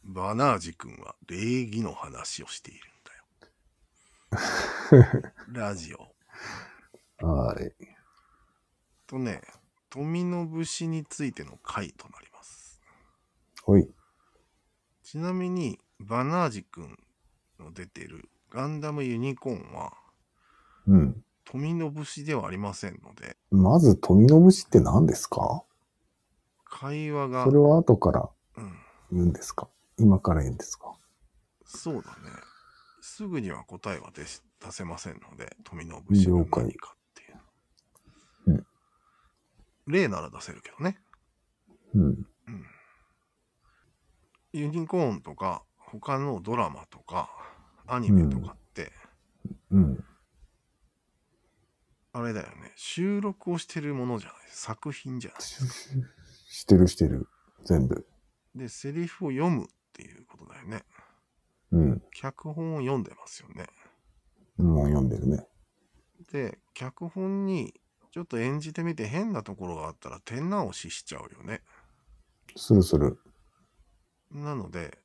バナージ君は礼儀の話をしているんだよ。ラジオ。 はい。 とね、富の節についての回となります。 ほい。 ちなみに、バナージ君の出ているガンダムユニコーンは、 うん。 富の節ではありませんので、 まず、富の節って何ですか？ 会話が、 それは後からうん、 言うんですか？今から言うんですか？ そうだね。すぐには答えは出せませんので、富の節が了解。 何かっていう。 うん。 例なら出せるけどね。 うん。 うん。ユニコーンとか、他のドラマとか、アニメとかって、 うん。 あれだよね。収録をしてるものじゃない。作品じゃないですか。 してるしてる。全部。 で、セリフを読むっていうことだよね。 うん。 脚本を読んでますよね。 もう読んでるね。 で、脚本にちょっと演じてみて変なところがあったら手直ししちゃうよね。 するする。 なので、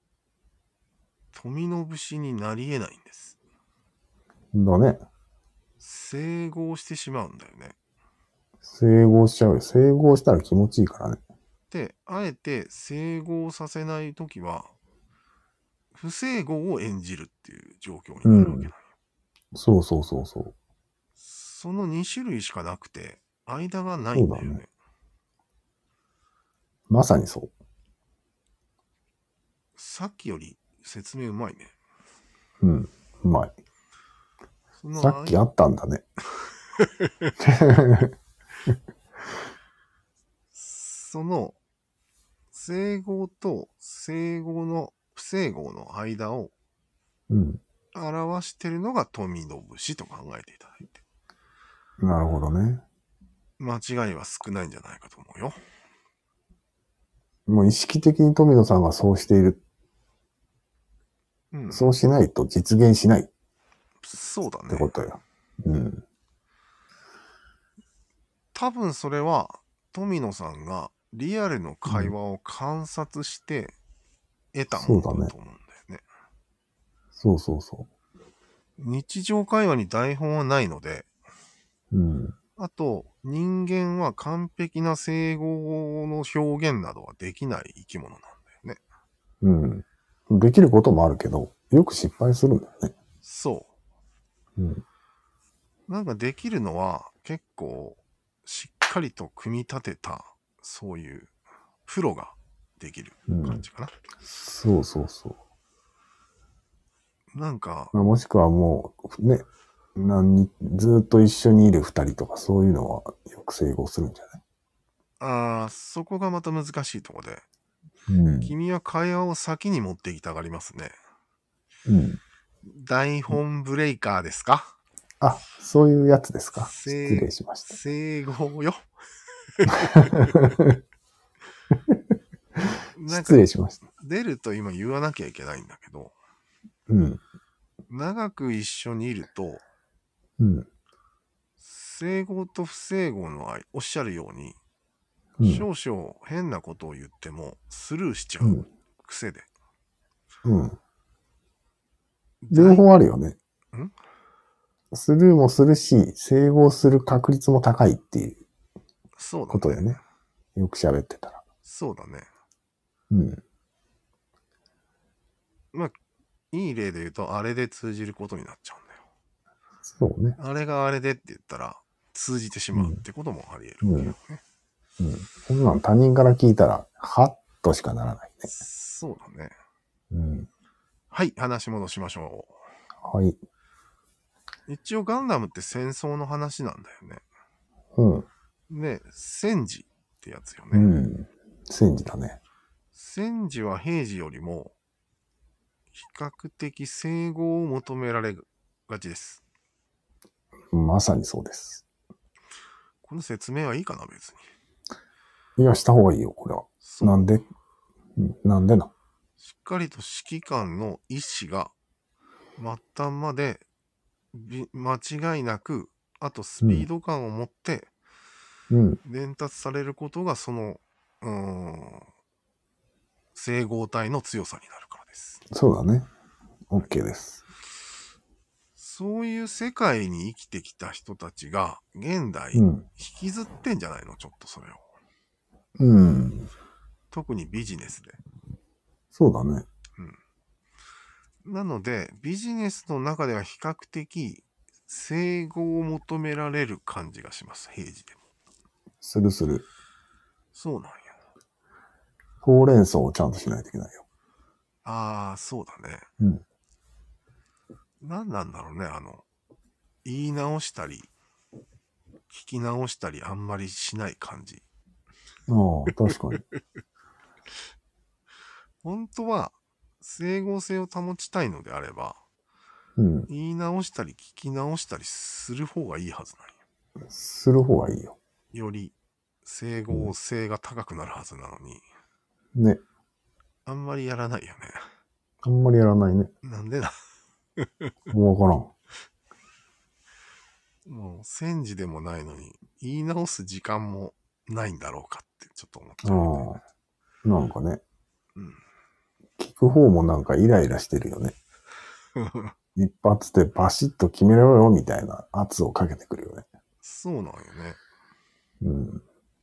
富の節になり得ないんです。 だね。 整合してしまうんだよね。 整合しちゃうよ。整合したら気持ちいいからね。 で、あえて整合させないときは、不整合を演じるっていう状況にうなるわけん。 だよ。 そうそうそうそう。 その2種類しかなくて、間がないそうだね。 んだよね。 まさにそう。 さっきより説明うまいね。 うん。うまい。 そのさっきあったんだね。 その整合と整合の不整合の間をうん。 表してるのが富の節と考えていただいて、 なるほどね。 間違いは少ないんじゃないかと思うよ。 もう意識的に富野さんがそうしている。 うん。 そうしないと実現しないっそうだね。 てことよ。うん。 多分それは富野さんがリアルのうん、 会話を観察して得たものそうだね。 だと思うんだよね。 そうそうそ日常会話に台本はないので、 う。うん。 あと人間は完璧な整合の表現などはできない生き物なんだよね。 うん。できることもあるけど、よく失敗するんだよね。 そうん。 う。なんかできるのは結構しっかりと組み立てたそういうプロができるうん。 感じかな。 そうそうそう。 なんか、 まあ、もしくはもう、ね、ずっと一緒にいる二人とかそういうのはよく整合するんじゃない？ そこがまた難しいところで、 うん。 君は会話を先に持っていきたがりますね。 うん。 台本ブレイカーですか？ あ、そういうやつですか。失礼しました。 整合よ。なんか、 失礼しました。 出ると今言わなきゃいけないんだけど、 うん。 長く一緒にいると、 うん。 整合と不整合のおっしゃるように、 うん。 少々変なことを言ってもスルーしちゃううん。 癖で。 うん。両方あるよね。 んスルーもするし、整合する確率も高いっていうそうだね。 ことよね。よく喋ってたら。 そうだね。 うん。 まあ、いい例で言うと、あれで通じることになっちゃうんだよ。 そうね。 あれがあれでって言ったら、通じてしまうってこともあり得るわうん。 けよね。 うん。こんなん他人から聞いたら、はっとしかならないね。 そうだね。 うん。 はい、話戻しましょはい。 う。一応ガンダムって戦争の話なんだよね。 うん。 で、戦時ってやつようね。 ん。戦時だね。 戦時は平時よりも比較的整合を求められがちです。 まさにそうです。 この説明はいいかな、別に。 いや、した方がいいよ、これは。 そう。 なんでなんでな。 しっかりと指揮官の意思が末端まで間違いなく、あとスピード感を持ってうん。 伝達されることが、その、 整合体の強さになるからです。 そうだね。OK です。 そういう世界に生きてきた人たちが、現代、引きずってんじゃないのちょっとそれを。 うん。 特にビジネスで。 そうだね。 なので、ビジネスの中では比較的、整合を求められる感じがします、平時でも。 するする。 そうなんや。 ほうれん草をちゃんとしないといけないよ。 ああ、そうだね。 うん。 何なんだろうね、言い直したり、聞き直したりあんまりしない感じ。 ああ、確かに。 本当は、整合性を保ちたいのであれば、 うん。 言い直したり聞き直したりする方がいいはずなんよ。 する方がいいよ。 より整合性が高くなるはずなのに、 ね。 あんまりやらないよね。 あんまりやらないね。 なんでだ。 わからん。 もう戦時でもないのに、言い直す時間もないんだろうかってちょっと思っちゃうよね。 ああ。なんかね。 うん。 聞く方もなんかイライラしてるよね。一発でバシッと決めろよみたいな圧をかけてくるよね。 そうなんよね。 うん。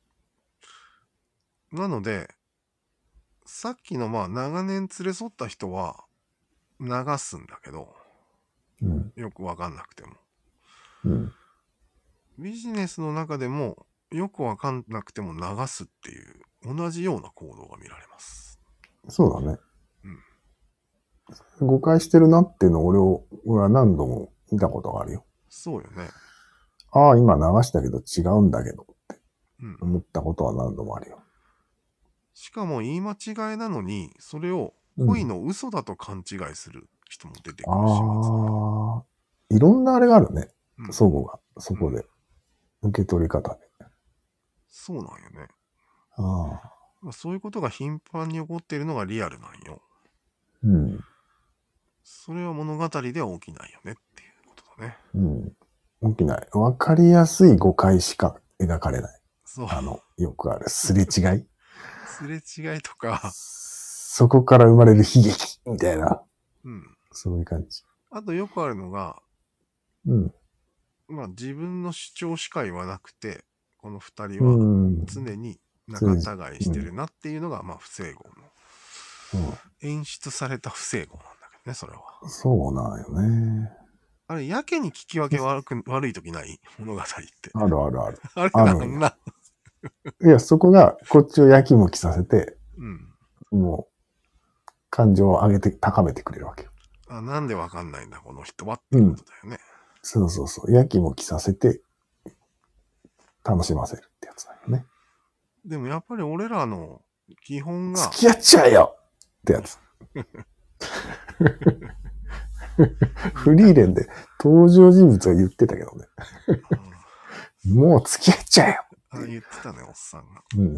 なので、さっきの長年連れ添った人は流すんだけど、 うん。 よくわかんなくても。 うん。 ビジネスの中でもよくわかんなくても流すっていう同じような行動が見られます。 そうだね。 うん。 誤解してるなっていうのを俺は何度も見たことがあるよ。 そうよね。 ああ、今流したけど違うんだけどってうん。 思ったことは何度もあるよ。 しかも言い間違いなのに、それを恋うん。 の嘘だと勘違いする人も出てくる始末。 ああ、いろんなあれがあるね。 うん。 そこで。受け取り方で。 そうなんよね。 ああ。 そういうことが頻繁に起こっているのがリアルなんよ。 うん。 それは物語では起きないよねっていうことだね。 うん。起きない。わかりやすい誤解しか描かれない。 そう。 よくあるすれ違い。 すれ違いとか、 そこから生まれる悲劇みたいな。 うん。 そういう感じ。 あとよくあるのが、 うん。 自分の主張しか言わなくて、この二人うはん。 常に仲違いしてるなっていうのが、不整合の。 うん。 演出された不整合なんだけどね、それは。 そうなんよね。 あれ、やけに聞き分け悪い時ない物語って。 あるあるある。 あれあるなんだ。 いや、そこがこっちをやきもきさせて、 うん。 もう感情を上げて、高めてくれるわけよ。 なんでわかんないんだ、この人はっていうことだよね。 そうそうそう。やきもきさせて、楽しませるってやつだよね。 でもやっぱり俺らの基本が、 付き合っちゃえよってやつ。フリーレンで登場人物が言ってたけどね。もう付き合っちゃえよ。 言ってたね、おっさんが。 うん。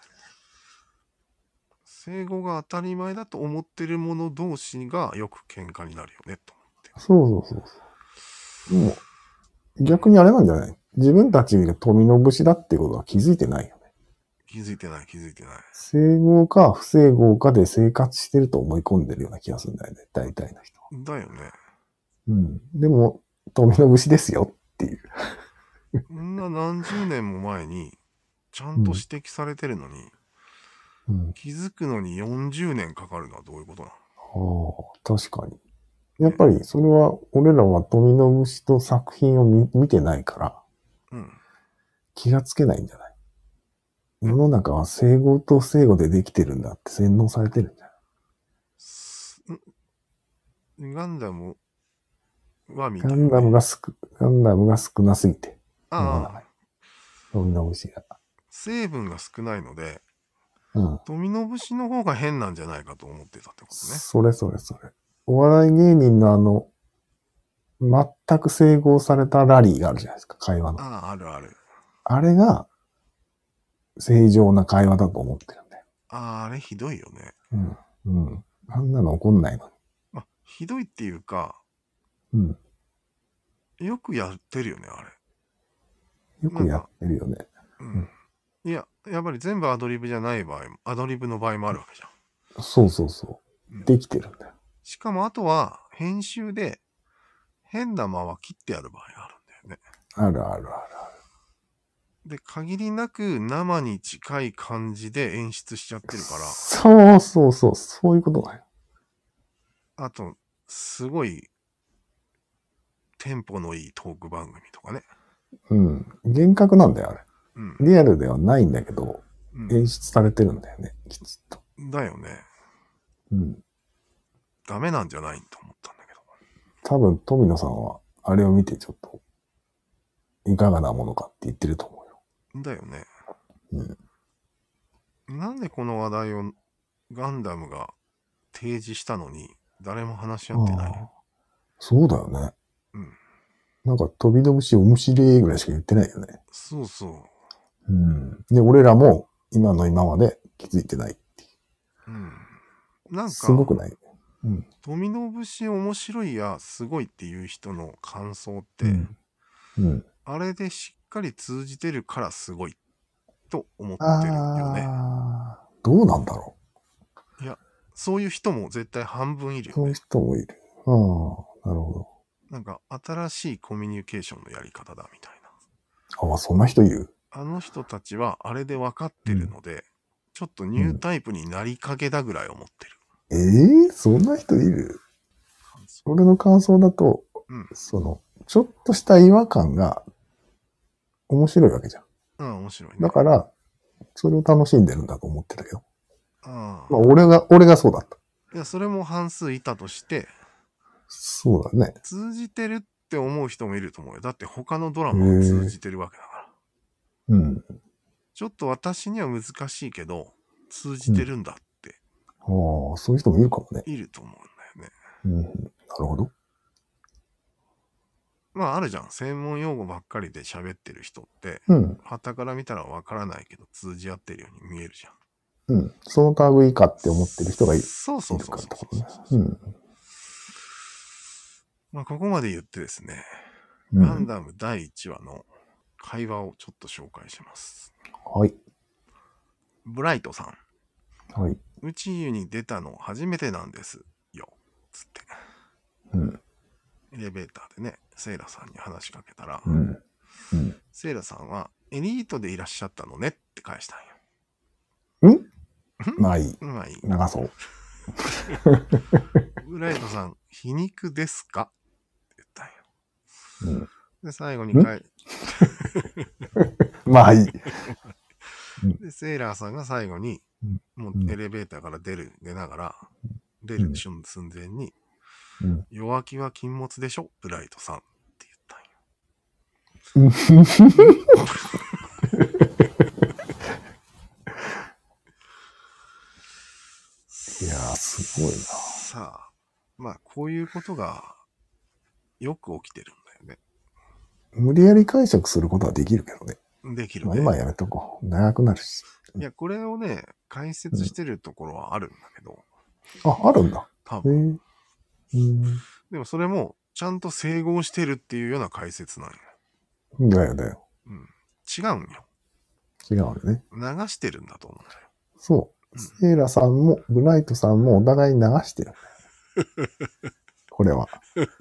生後が当たり前だと思ってる者同士がよく喧嘩になるよね、と思って。 そう。もう、逆にあれなんじゃない？自分たちが富の節だってことは気づいてないよね。 気づいてない。 整合か不整合かで生活してると思い込んでるような気がするんだよね。大体の人は。 だよね。 うん。でも、富の節ですよっていう。 こんな何十年も前に、ちゃんと指摘されてるのに、気づくのに40年かかるのはどういうことなの？ 確かに。やっぱり、それは、俺らは富の節と作品を見てないから、気がつけないんじゃない？世の中は整合と不整合でできてるんだって洗脳されてるんじゃない？ ガンダムは見たガよね。 ンダムが少なすぎて。富の節が。 成分が少ないので、 うん。 富の節の方が変なんじゃないかと思ってたってことね。 それ。お笑い芸人の全く整合されたラリーがあるじゃないですか、会話の。 ある。 あれが、正常な会話だと思ってるんだよ。 あれひどいよね。 あんなの起こんないのに。 ひどいっていうか、よくやってるよね、あれ。 よくやってるよね。 いや、やっぱり全部アドリブじゃない場合も、アドリブの場合もあるわけじゃん。 そうそうそう。できてるんだよ。 しかもあとは、編集で変な間は切ってある場合があるんだよね。 あるあるある。 で、限りなく生に近い感じで演出しちゃってるから。 そうそうそう、そういうことだよ。 あと、すごい、テンポのいいトーク番組とかね。 うん。幻覚なんだよ、あれ。 うん。 リアルではないんだけど、 うん、 演出されてるんだよね、きちっと。 だよね。 うん。 ダメなんじゃないと思ったんだけど。 多分、富野さんは、あれを見てちょっと、いかがなものかって言ってると思うよ。 だよね。 うん。 なんでこの話題をガンダムが提示したのに誰も話し合ってない。 そうだよね。 うん。 なんか飛びの虫面白いぐらいしか言ってないよね。 そうそうう。 ん。で、俺らも今の今まで気づいてないっていう。 うん。なんすごくか、 ない。うん。 富の節面白いやすごいっていう人の感想って、 うん。 あれでしっかり通じてるからすごいと思ってるよね。 ああ、どうなんだろいや、そういう人も絶対半分いるう。そういうよね。 人もいる。ああ、なるほど。 なんか新しいコミュニケーションのやり方だみたいああ、そんな人いる。 な。あの人たちはあれで分かってるので、ちょっとニュータイプになりかけだぐらい思ってる。 そんな人いる。俺の感想だと、 うん。 ちょっとした違和感が面白いわけじゃん。 うん、面白いね。 だから、それを楽しんでるんだと思ってたけど。 ああ。 まあ、俺がそうだった。 いや、それも半数いたとして、 そうだね。 通じてるって思う人もいると思うよ。だって他のドラマは通じてるわけだから。 うん。 ちょっと私には難しいけど、通じてるんだってああ、そういう人もいるかもね。 いると思うんだよね。 うん。なるほど。 まああるじゃん。専門用語ばっかりで喋ってる人って、 うん。 傍から見たらわからないけど通じ合ってるように見えるじゃん。 うん。その類かって思ってる人がいる。 そうそうそうそうそううん。 まあここまで言ってですね、 うん、 ガンダム第1話の会話をちょっと紹介します。 はい。 ブライトさん。 はい。 宇宙に出たの初めてなんですよ。つって。 うん。 エレベーターでね、セイラさんに話しかけたら、 うん。うん。 セイラさんはエリートでいらっしゃったのねって返したんよ。 まあいい。 まあいい。 流そう。 ブライトさん、皮肉ですかって言ったんよ。 うん。 で、最後にまあいい。 で、セイラーさんが最後に、もうエレベーターから出ながら、出る寸前に、弱気は禁物でしょ、ブライトさんって言ったんよ。 いやー、すごいな。 さあ、まあ、こういうことがよく起きてるんだよね。 無理やり解釈することはできるけどね。 できるね。 まあ今やめとこう。長くなるし。 いや、これをね、解説してるところはあるんだけど。 あるんだ。 多分。 でもそれも、ちゃんと整合してるっていうような解説なんよ。 だよ。 うん。違うんよ。 違うよね。 流してるんだと思うんだよ。 そう。セイラさんも、ブライトさんもお互いに流してる。これは。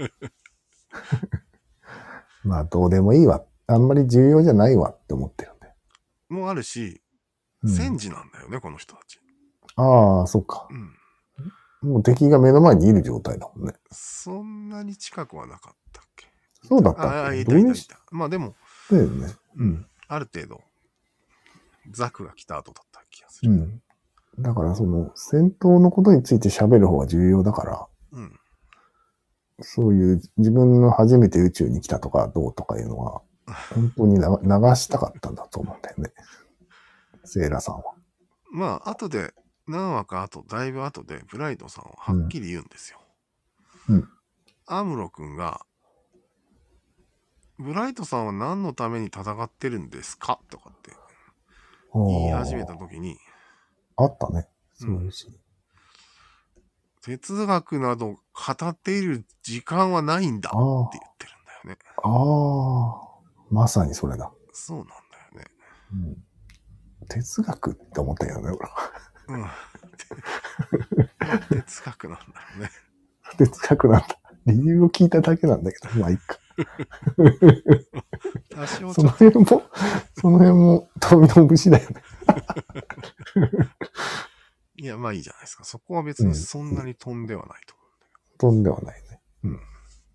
まあ、どうでもいいわ。あんまり重要じゃないわって思ってるんで。 もうあるし、戦時なんだよね、この人たち。 ああ、そっか。もう敵が目の前にいる状態だもんね。 そんなに近くはなかったっけ。 そうだったっけ。 いた。まあでも、 だよね。 ある程度、ザクが来た後だった気がする。 だから戦闘のことについて喋る方が重要だから、そういう自分の初めて宇宙に来たとかどうとかいうのは、本当に流したかったんだと思うんだよね。セイラさんは。 まあ、後で、何話かだいぶ後で、ブライトさんははっきり言うんですよ。アムロ君が、ブライトさんは何のために戦ってるんですかとかって言い始めたときに。 あったね。そういうシーン。 哲学など語っている時間はないんだって言ってるんだよね。 まさにそれだ。 そうなんだよね。 哲学って思ったけどね、俺は。 哲学なんだろうね。 哲学なんだ。理由を聞いただけなんだけど、まあいいか。 多少その辺も富の節だよね。 いや、まあいいじゃないですか。そこは別にそんなに飛んではないと思うんだよ。飛んではないね。 うん。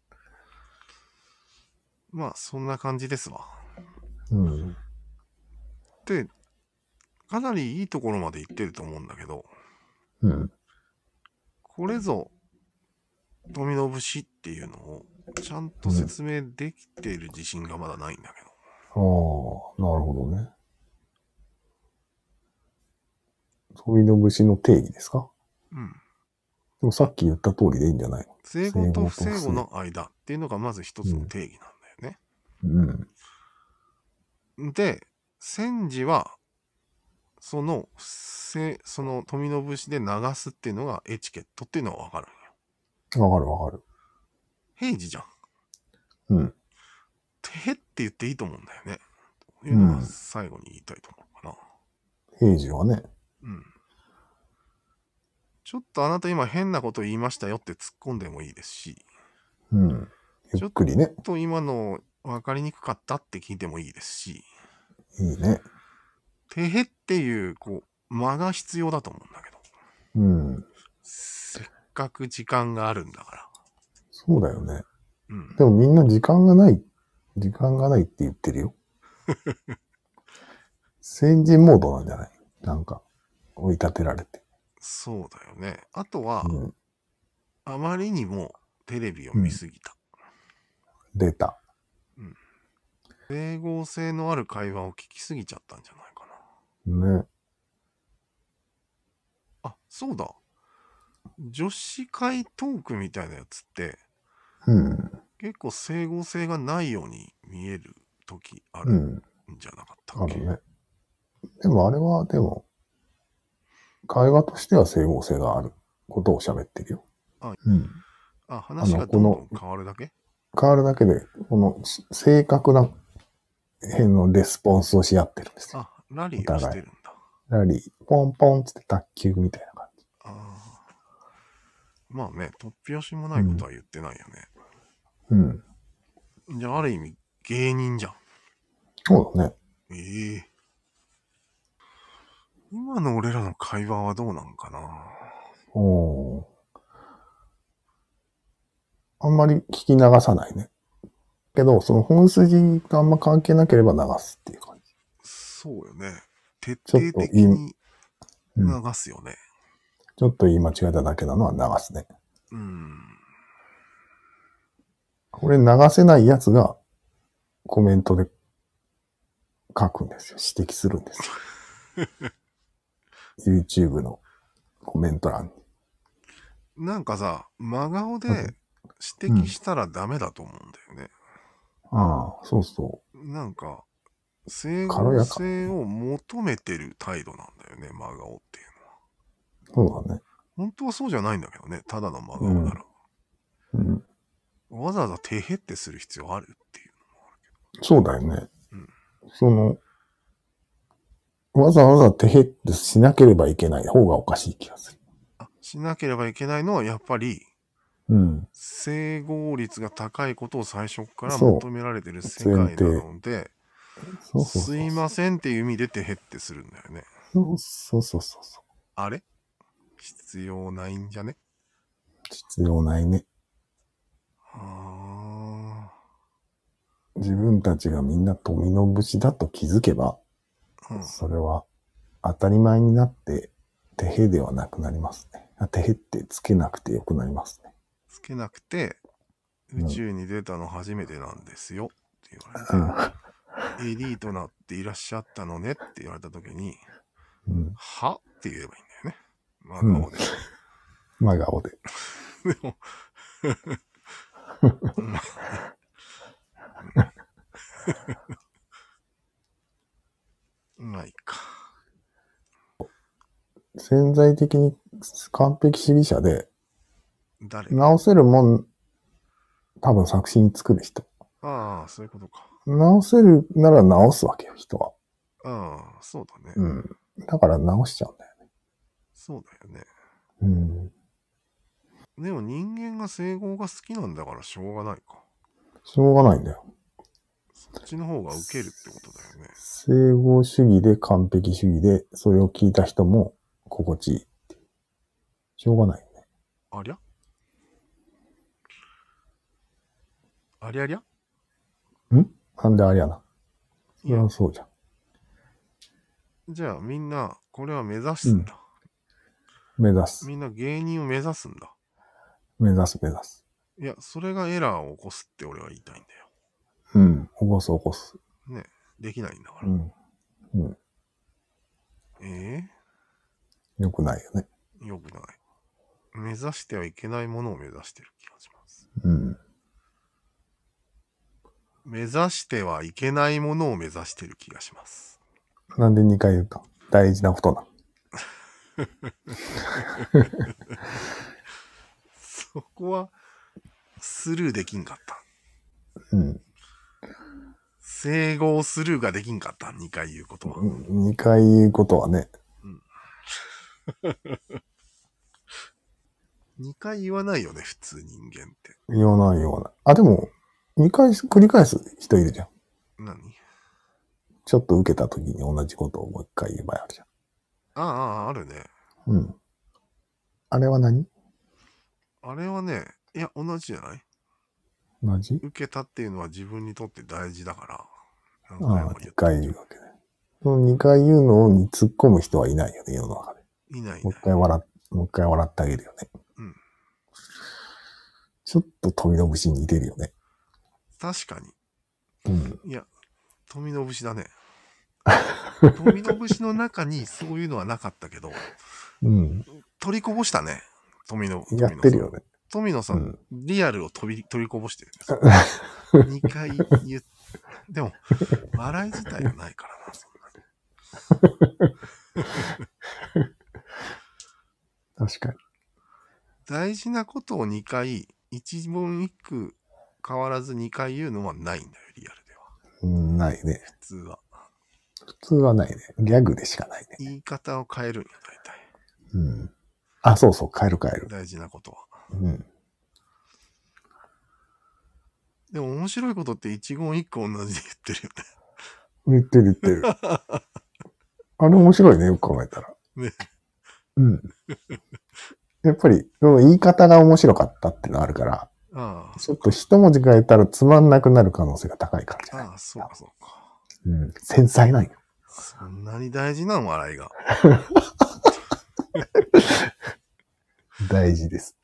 まあ、そんな感じですわ。 うん。 で、かなりいいところまで行ってると思うんだけど、 うん。 これぞ、富の節っていうのを、ちゃんと説明できている自信がまだないんだけど。 ああ、なるほどね。富の節の定義ですか？ うん。 でもさっき言った通りでいいんじゃないの？ 正誤と不正誤の間っていうのがまず一つの定義なんだよね。 うん。 で、戦時は、その富の節で流すっていうのがエチケットっていうのがわかるんよ。わかるわかる。 平時じゃん。 うん。 てへって言っていいと思うんだよね。というのが最後に言いたいと思うかな。 平時はね。 うん。ちょっとあなた今変なこと言いましたよって突っ込んでもいいですし。 うん。ゆっくりね。 ちょっと今の分かりにくかったって聞いてもいいですし。 いいね。 てへっていう、間が必要だと思うんだけど。 うん。 せっかく時間があるんだから。 そうだよね。 うん。 でもみんな時間がないって言ってるよ。先人モードなんじゃない？なんか、追い立てられて。 そうだよね。あとは、あまりにもテレビを見すぎた。 出た。 うん。整合性のある会話を聞きすぎちゃったんじゃないかな。ね。 あ、そうだ。女子会トークみたいなやつって、結構整合性がないように見える時あるんじゃなかったっけ？ あるね。でもあれは、会話としては整合性があることを喋ってるよ。 話がどんどん変わるだけ？ 変わるだけで、この正確な辺のレスポンスをし合ってるんですよ。 ラリーをしてるんだ。 ラリー、ポンポンつって卓球みたいな感じ。 まあね、突拍子もないことは言ってないよね。じゃあある意味芸人じゃん。 そうだね。 今の俺らの会話はどうなんかな。 あんまり聞き流さないね。けど、その本筋とあんま関係なければ流すっていう感じ。 そうよね。徹底的に流すよね。 ちょっと言い間違えただけなのは流すね。これ流せないやつがコメントで書くんですよ。指摘するんですよ。YouTube のコメント欄に。なんかさ、真顔で指摘したらダメだと思うんだよね。 ああ、そうそう。 なんか、整合性を求めてる態度なんだよね、真顔っていうのは。そうだね。 本当はそうじゃないんだけどね、ただの真顔なら。わざわざてへってする必要あるっていうのもあるけど。 そうだよね。わざわざてへってしなければいけない方がおかしい気がする。 しなければいけないのはやっぱり、整合率が高いことを最初から求められてる世界なので、すいませんっていう意味でてへってするんだよね。 そう。 あれ？必要ないんじゃね？ 必要ないね。自分たちがみんな富の節だと気づけば、それは当たり前になって、てへではなくなりますね。てへってつけなくてよくなりますね。 つけなくて、宇宙に出たの初めてなんですよって言われて、エリートなっていらっしゃったのねって言われたときに、はって言えばいいんだよね。真顔で。 真顔で。 でもまあいいか。 潜在的に完璧主義者で、 誰？ 直せるもん、多分作品作る人。 ああ、そういうことか。 直せるなら直すわけよ、人は。 ああ、そうだね。 だから直しちゃうんだよね。 そうだよね。 うん。 でも人間が整合が好きなんだからしょうがないか。 しょうがないんだよ。 そっちの方が受けるってことだよね。 整合主義で完璧主義で、それを聞いた人も心地いいって。しょうがないよね。 ありゃありゃりゃんなんであれやな。それはそうじゃん。 じゃあみんな、これは目指すんだ。 目指す。 みんな芸人を目指すんだ。 目指す。 いや、それがエラーを起こすって俺は言いたいんだよ。 うん。起こす。 ね。できないんだから。 よくないよね。 よくない。目指してはいけないものを目指してる気がします。目指してはいけないものを目指してる気がします。 なんで2回言うか。大事なことな。 そこはスルーできんかった。整合スルーができんかった。2回言うことは。 2回言うことはね。 2回言わないよね、普通人間って。 言わない。あ、でも、2回繰り返す人いるじゃん。 何？ ちょっと受けた時に同じことをもう1回言えばあるじゃん。 あるね。 あれは何？ あれはね、いや、同じじゃない？ 同じ？ 受けたっていうのは自分にとって大事だから。 2回言うわけね。その2回言うのに突っ込む人はいないよね、世の中で。 いない。 もう一回笑ってあげるよね。ちょっと富の節に似てるよね。 確かに。いや、富の節だね。富の節の中にそういうのはなかったけど、取りこぼしたね。富野やってるよね。 富野さん、リアルを取りこぼしてるんですよ。2回言って、でも、笑い自体はないからな、そんなに。 確かに。 大事なことを2回、一文一句変わらず2回言うのはないんだよ、リアルでは。 ないね。 普通は。 普通はないね。ギャグでしかないね。 言い方を変えるんよ、大体。 あ、そうそう、変える。 大事なことは。でも面白いことって一言一句同じで言ってるよね。言ってる。あれ面白いね、よく考えたら。 ね。 やっぱり、言い方が面白かったっていうのがあるから、ちょっと一文字変えたらつまんなくなる可能性が高いからじゃない。 そうか。 繊細なんよ。 そんなに大事なの、笑いが。 大事です。